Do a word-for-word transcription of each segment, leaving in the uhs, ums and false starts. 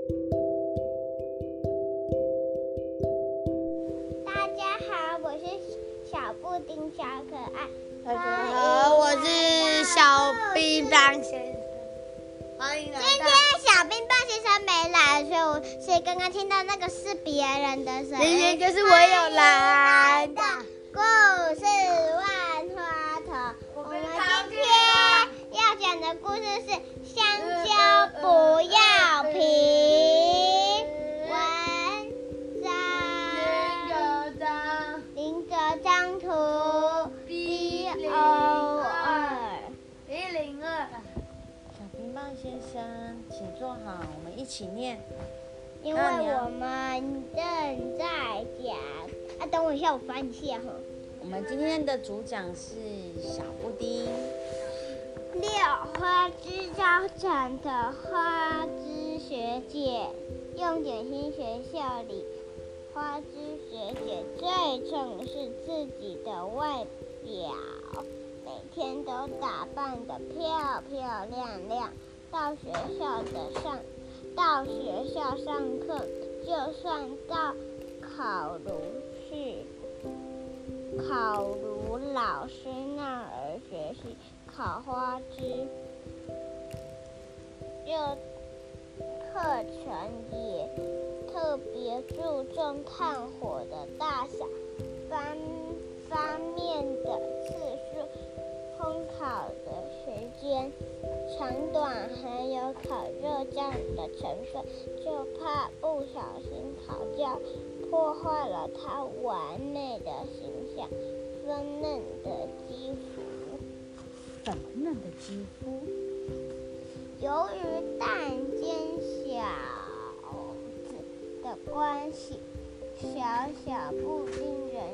大家好，我是小布丁小可爱。 大家好，我是小冰棒先生。欢迎来到。 今天小冰棒先生没来，所以我所以刚刚听到那个是别人的声音。 今天就是我有来的故事万花筒。我们今天要讲的故事是香蕉不要皮。文章林格张图 B O 二 B 零二。小冰棒先生，请坐好，我们一起念。 因为我们正在讲啊，等我一下，我翻一下哈。 我们今天的主讲是小布丁。 六花枝招展的花枝学姐，用点心学校里，花枝学姐最重视自己的外表，每天都打扮得漂漂亮亮，到学校的上。到学校上课，就算到烤炉去烤炉老师那儿学习烤花枝，就课程也特别注重炭火的大小、翻翻面的次数、烘烤的时间长短，还有烤肉酱的成分，就怕不小心烤焦，破坏了它完美的形象。粉嫩的肌肤， 粉嫩的肌肤。 由于蛋尖小子的关系，小小布丁人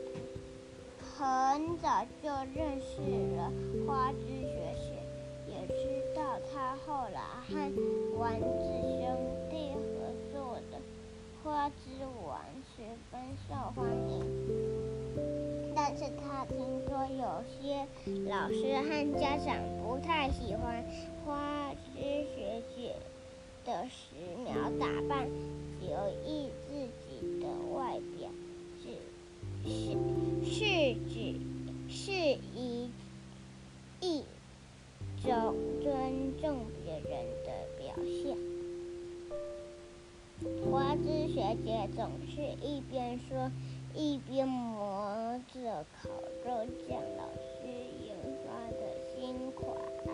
很早就认识了花枝学姐，也知道他后来和丸子兄弟合作的花枝丸十分受欢迎。但是他听说有些老师和家长不太喜欢花枝学姐的时髦打扮，留意自己的外表，只是是指是一一种尊重别人的表现。花枝学姐总是一边说一边磨着烤肉酱老师研发的新款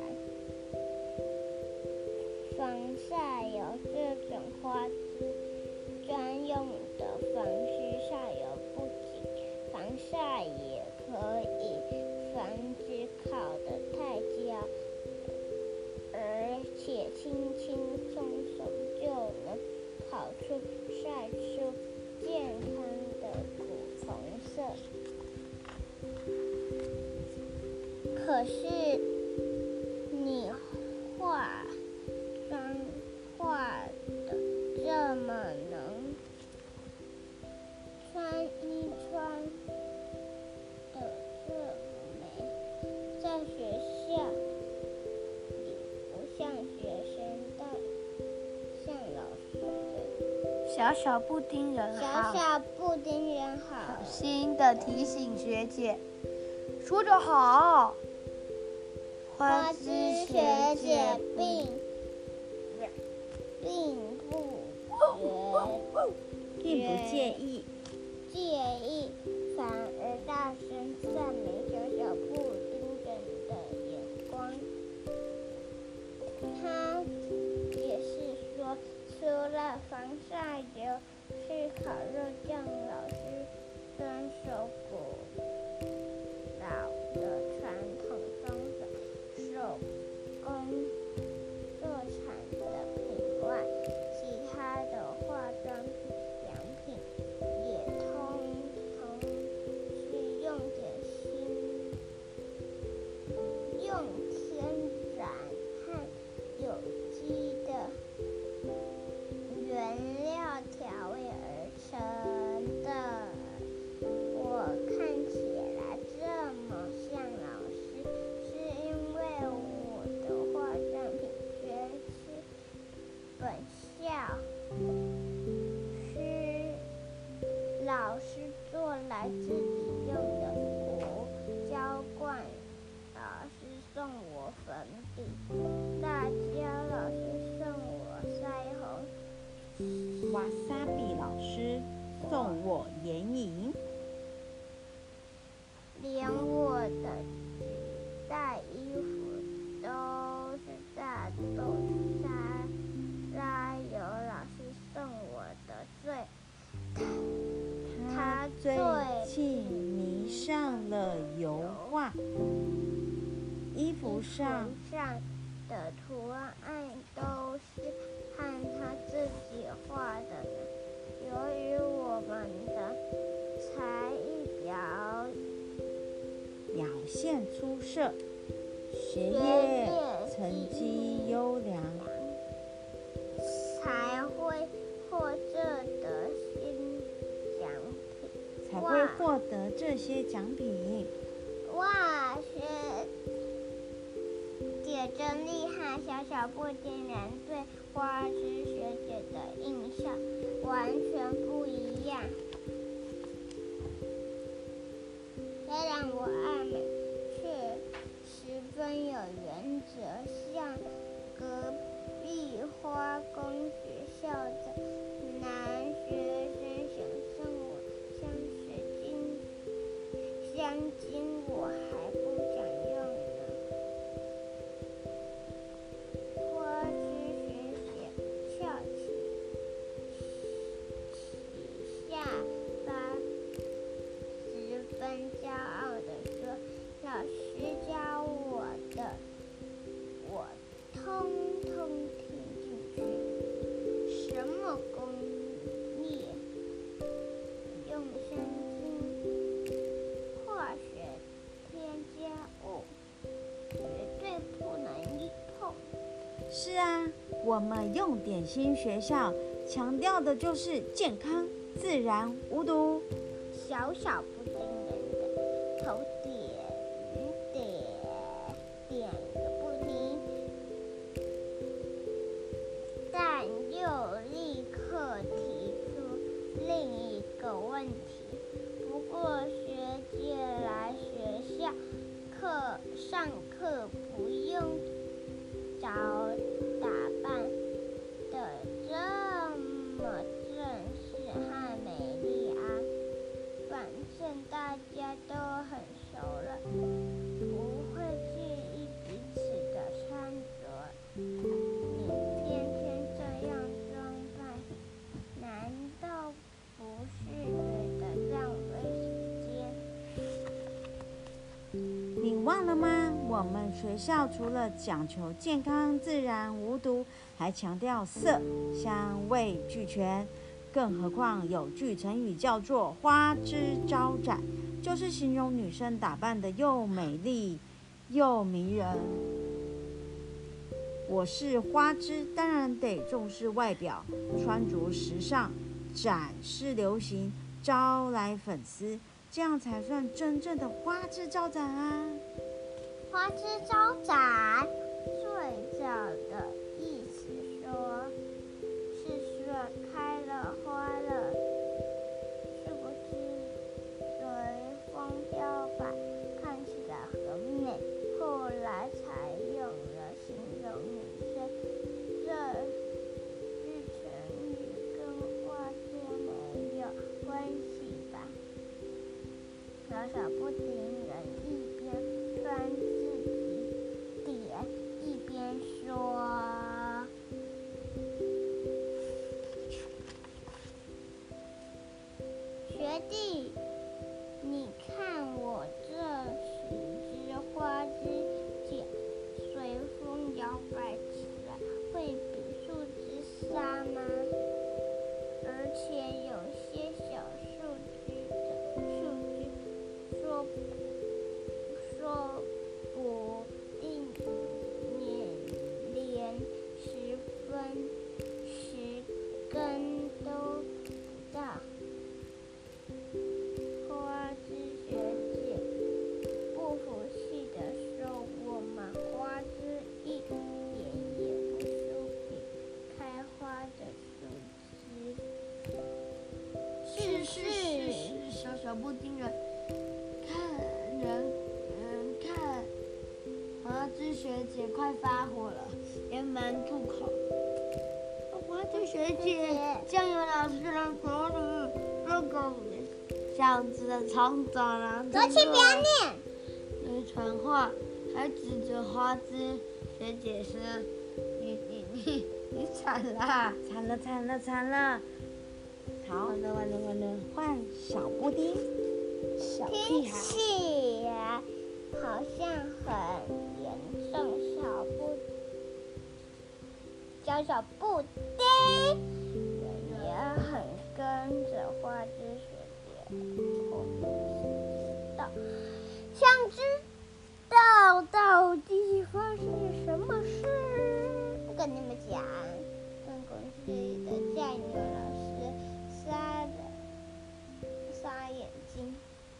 防晒油，这种花枝专用的防湿晒油不仅防晒，也可以防止烤得太焦，而且轻轻松松就能烤出晒出健康的古铜色。可是你化妆化的这么浓，穿衣穿的这么美，在学校里不像学生，但像老师的。 小小布丁人好， 小小布丁人好心的提醒学姐，说得好。 花枝学姐并并不觉并不介意介意，反而大声赞美小小布丁人的眼光。他解释说，除了防晒油是烤肉酱老师遵守古老的传统方法手工做产的品外，其他的化妆品良品也通通是用点心用天然和有机的原料调味而成的。我看起来这么像老师，是因为我校是老师做来自己用的鼓，浇灌老师送我粉笔，大家老师送我腮红， 瓦萨比老师送我眼影， 连我的纸袋衣服都是大豆沙拉油老师送我的最。 他最近迷上了油画，衣服上上的图案都是和他自己画的呢。由于我们的才艺表表现出色，学业成绩优良， 才会获得的新奖品。 才会获得这些奖品。 哇，学姐真厉害！小小不丁人对花枝学姐的印象完全不一样。虽然我爱美，却十分有原则，像隔壁花工学校的男学生想送我香水精香精，我还不想用呢。花枝学姐翘起起下巴，十分骄傲地说：“老师教我的，我通通听进去。什么工业、用香精、化学添加物，绝对不能一碰。” 是啊，我们用点心学校强调的就是健康、自然、无毒。 小小不丁人的头点点点个不停，但又立刻提出另一个问题。不过学姐来学校课上课不用找打扮的这么正式和美丽啊，反正大家都很熟了，不会介意彼此的穿着。你天天这样装扮，难道不是觉得浪费时间？ 你忘了吗？我们学校除了讲求健康、自然、无毒，还强调色、香、味俱全。更何况有句成语叫做“花枝招展”，就是形容女生打扮得又美丽又迷人。我是花枝，当然得重视外表，穿着时尚，展示流行，招来粉丝，这样才算真正的花枝招展啊！ 花枝招展，最早的意思说是说开了花了，是不是随风飘摆，看起来很美？后来才用了形容女生，这句成语跟花枝没有关系吧？小小不丁人一边穿自己点，一边说：“学弟，你看我这几枝花枝剪，随风摇摆起来，会比树枝沙吗？而且有些小树枝的树枝说说不定连连小布丁人看人，嗯，看花枝学姐快发火了，连忙住口。花枝学姐，酱油老师的口里那个巷子的长走廊， 左起不要念。 没传话，还指着花枝学姐说：“你你你你惨啦！ 惨了惨了惨了！好， 完了完了完了！ 换小布丁， 小听屁孩， 起来好像很严重。小布叫小布丁，也很跟着花枝学姐后面知道，想知道到底发生了什么事。跟你们讲，办公室里的酱油老师撒了撒眼睛。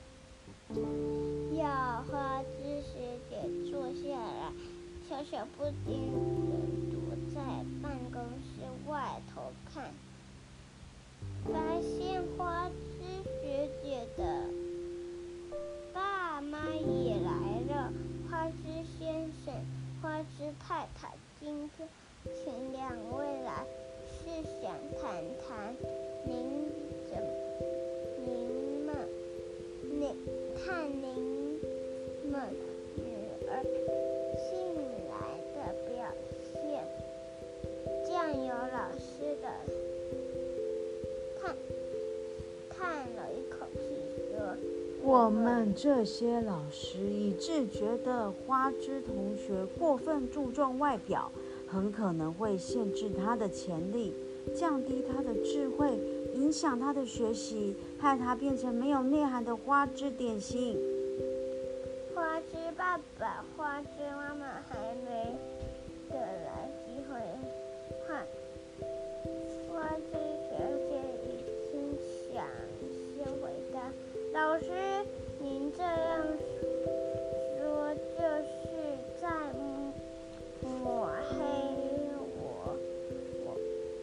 要花枝学姐坐下来，小小布丁人躲在办公室外头看，发现花枝学姐的爸妈也来了。花枝先生、花枝太太，今天请两位来，是想谈谈您怎您们您看您们女儿近来的表现。酱油老师的看叹了一口气说：“ 我们这些老师一致觉得花枝同学过分注重外表，很可能会限制他的潜力，降低他的智慧，影响他的学习，害他变成没有内涵的花枝点心。” 花枝爸爸、花枝妈妈还没得来机回话，花枝学姐已经想先回答：“老师，您这样说就是在抹黑我，我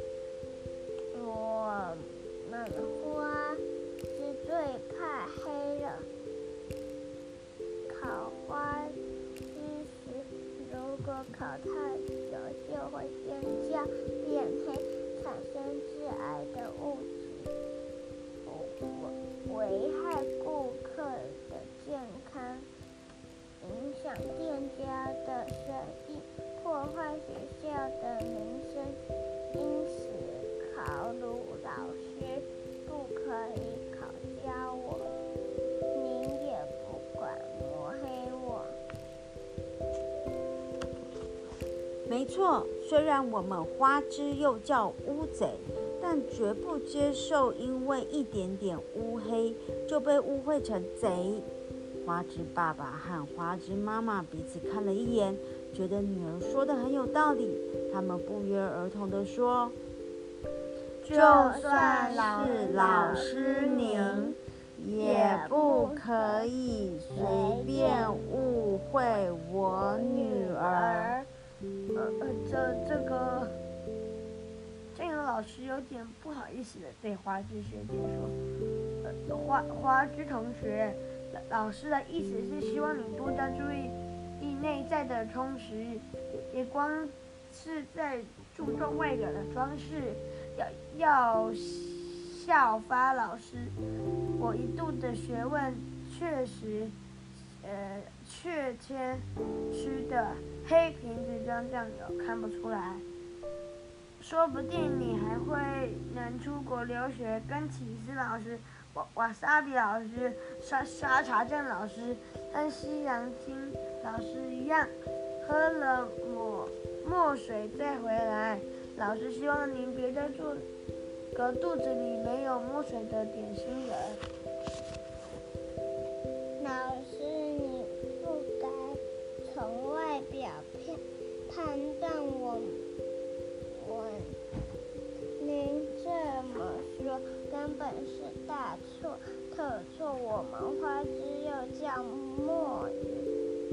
我们花枝最怕黑了。烤花枝时，如果烤太久，就会变焦变黑，产生致癌的物质，危害顾客的健康，影响店家的生意，破坏学校的名声。因此，烤炉老师不可以烤焦我，您也不管抹黑我。 没错，虽然我们花枝又叫乌贼，但绝不接受因为一点点乌黑就被误会成贼。花枝爸爸和花枝妈妈彼此看了一眼，觉得女儿说的很有道理，他们不约而同地说：“就算是老师您，也不可以随便误会我女儿。” 呃呃，这这个酱油老师有点不好意思的对花枝学姐说：“呃，花花枝同学，老师的意思是希望你多加注意意内在的充实，别光是在注重外表的装饰，要要效法老师。我一度的学问确实，呃，确切吃的黑瓶子装酱油看不出来。说不定你还会能出国留学，跟起司老师、瓦瓦萨比老师、沙沙茶酱老师和西洋青老师一样，喝了抹墨水再回来。老师希望您别再做个肚子里没有墨水的点心人。 老师，你不该从外表判断我我，您这么说根本是大错特错。我们花枝又叫墨鱼，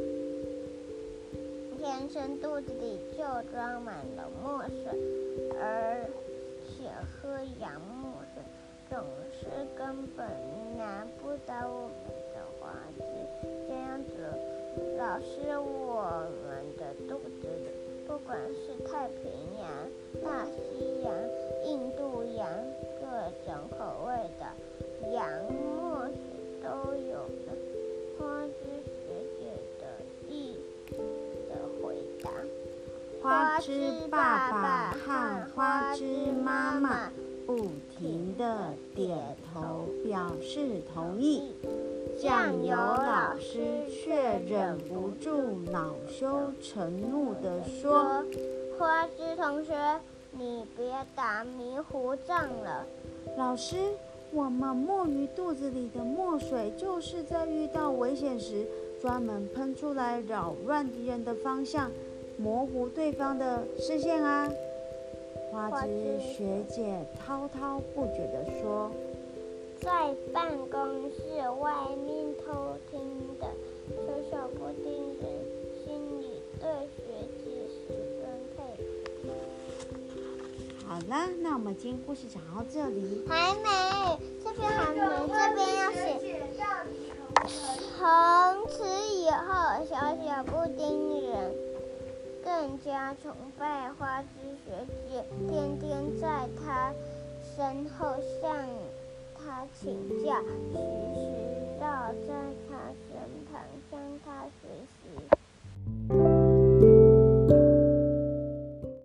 天生肚子里就装满了墨水，而且喝洋墨水总是跟根本拿不到我们的花枝，这样子老师我们的肚子里，不管是太平洋、大西洋、印度洋，各种口味的洋墨水都有了。花枝学姐的意的回答。 花枝爸爸和花枝妈妈不停地点头表示同意，酱油老师却忍不住恼羞成怒地说：“ 花枝同学，你别打迷糊仗了。 老师，我们墨鱼肚子里的墨水就是在遇到危险时专门喷出来扰乱敌人的方向，模糊对方的视线啊。”花枝学姐滔滔不绝地说：“ 在办公室外面偷听的小小布丁人心里对学姐十分佩服。” 好了，那我们今天故事讲到这里。 还没，这边还没，这边要写。从此以后，小小布丁人更加崇拜花枝学姐，天天在她身后向她请教，时时绕在她身旁向她学习。